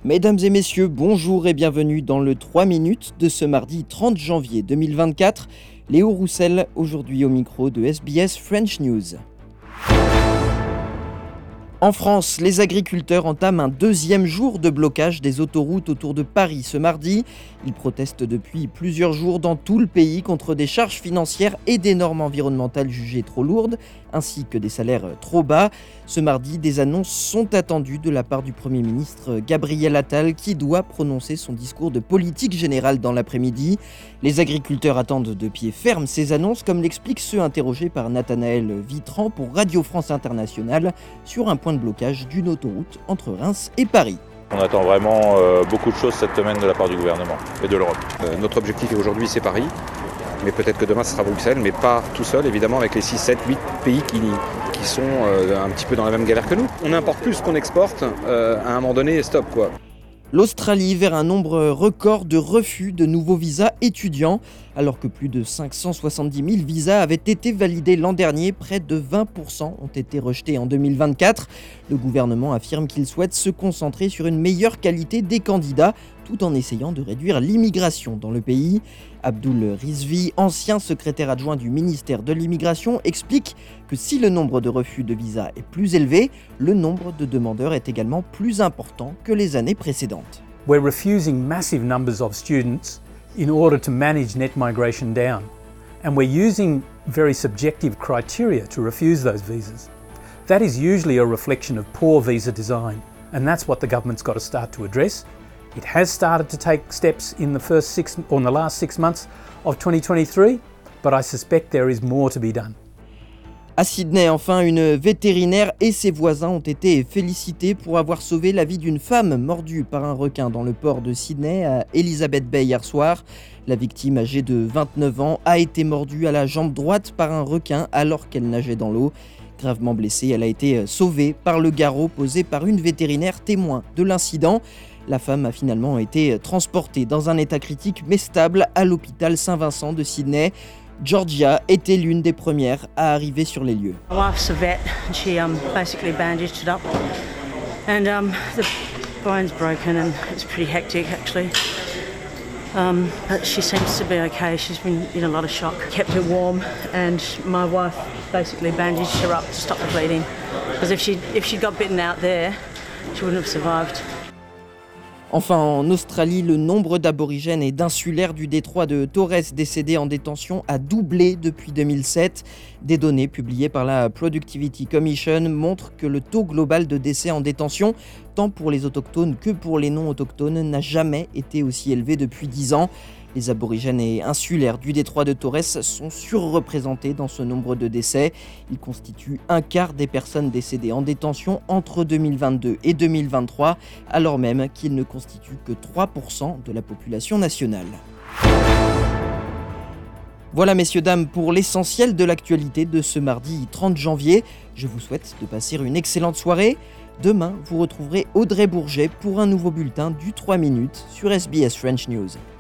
Mesdames et messieurs, bonjour et bienvenue dans le 3 minutes de ce mardi 30 janvier 2024. Léo Roussel, aujourd'hui au micro de SBS French News. En France, les agriculteurs entament un deuxième jour de blocage des autoroutes autour de Paris ce mardi. Ils protestent depuis plusieurs jours dans tout le pays contre des charges financières et des normes environnementales jugées trop lourdes, ainsi que des salaires trop bas. Ce mardi, des annonces sont attendues de la part du Premier ministre Gabriel Attal, qui doit prononcer son discours de politique générale dans l'après-midi. Les agriculteurs attendent de pied ferme ces annonces, comme l'expliquent ceux interrogés par Nathanaël Vitran pour Radio France Internationale sur un point de blocage d'une autoroute entre Reims et Paris. On attend vraiment beaucoup de choses cette semaine de la part du gouvernement et de l'Europe. Notre objectif aujourd'hui c'est Paris, mais peut-être que demain ce sera Bruxelles, mais pas tout seul évidemment avec les 6, 7, 8 pays qui sont un petit peu dans la même galère que nous. On importe plus qu'on exporte, à un moment donné stop quoi. L'Australie vers un nombre record de refus de nouveaux visas étudiants. Alors que plus de 570 000 visas avaient été validés l'an dernier, près de 20% ont été rejetés en 2024. Le gouvernement affirme qu'il souhaite se concentrer sur une meilleure qualité des candidats, tout en essayant de réduire l'immigration dans le pays. Abdul Rizvi, ancien secrétaire adjoint du ministère de l'Immigration, explique que si le nombre de refus de visas est plus élevé, le nombre de demandeurs est également plus important que les années précédentes. We're refusing massive numbers of students in order to manage net migration down. And we're using very subjective criteria to refuse those visas. That is usually a reflection of poor visa design, and that's what the government's got to start to address. It has started to take steps in the last 6 months of 2023, but I suspect there is more to be done. À Sydney, enfin, une vétérinaire et ses voisins ont été félicités pour avoir sauvé la vie d'une femme mordue par un requin dans le port de Sydney à Elizabeth Bay hier soir. La victime, âgée de 29 ans, a été mordue à la jambe droite par un requin alors qu'elle nageait dans l'eau. Gravement blessée, elle a été sauvée par le garrot posé par une vétérinaire témoin de l'incident. La femme a finalement été transportée dans un état critique mais stable à l'hôpital Saint-Vincent de Sydney. Georgia était l'une des premières à arriver sur les lieux. My wife's a vet and she basically bandaged it up and the bone's broken and it's pretty hectic actually. But she seems to be okay. She's been in a lot of shock. Kept her warm and my wife basically bandaged her up to stop the bleeding because if she'd got bitten out there, she wouldn't have survived. Enfin, en Australie, le nombre d'aborigènes et d'insulaires du détroit de Torres décédés en détention a doublé depuis 2007. Des données publiées par la Productivity Commission montrent que le taux global de décès en détention, tant pour les autochtones que pour les non-autochtones, n'a jamais été aussi élevé depuis 10 ans. Les aborigènes et insulaires du détroit de Torres sont surreprésentés dans ce nombre de décès. Ils constituent un quart des personnes décédées en détention entre 2022 et 2023, alors même qu'ils ne constituent que 3% de la population nationale. Voilà messieurs, dames, pour l'essentiel de l'actualité de ce mardi 30 janvier. Je vous souhaite de passer une excellente soirée. Demain, vous retrouverez Audrey Bourget pour un nouveau bulletin du 3 minutes sur SBS French News.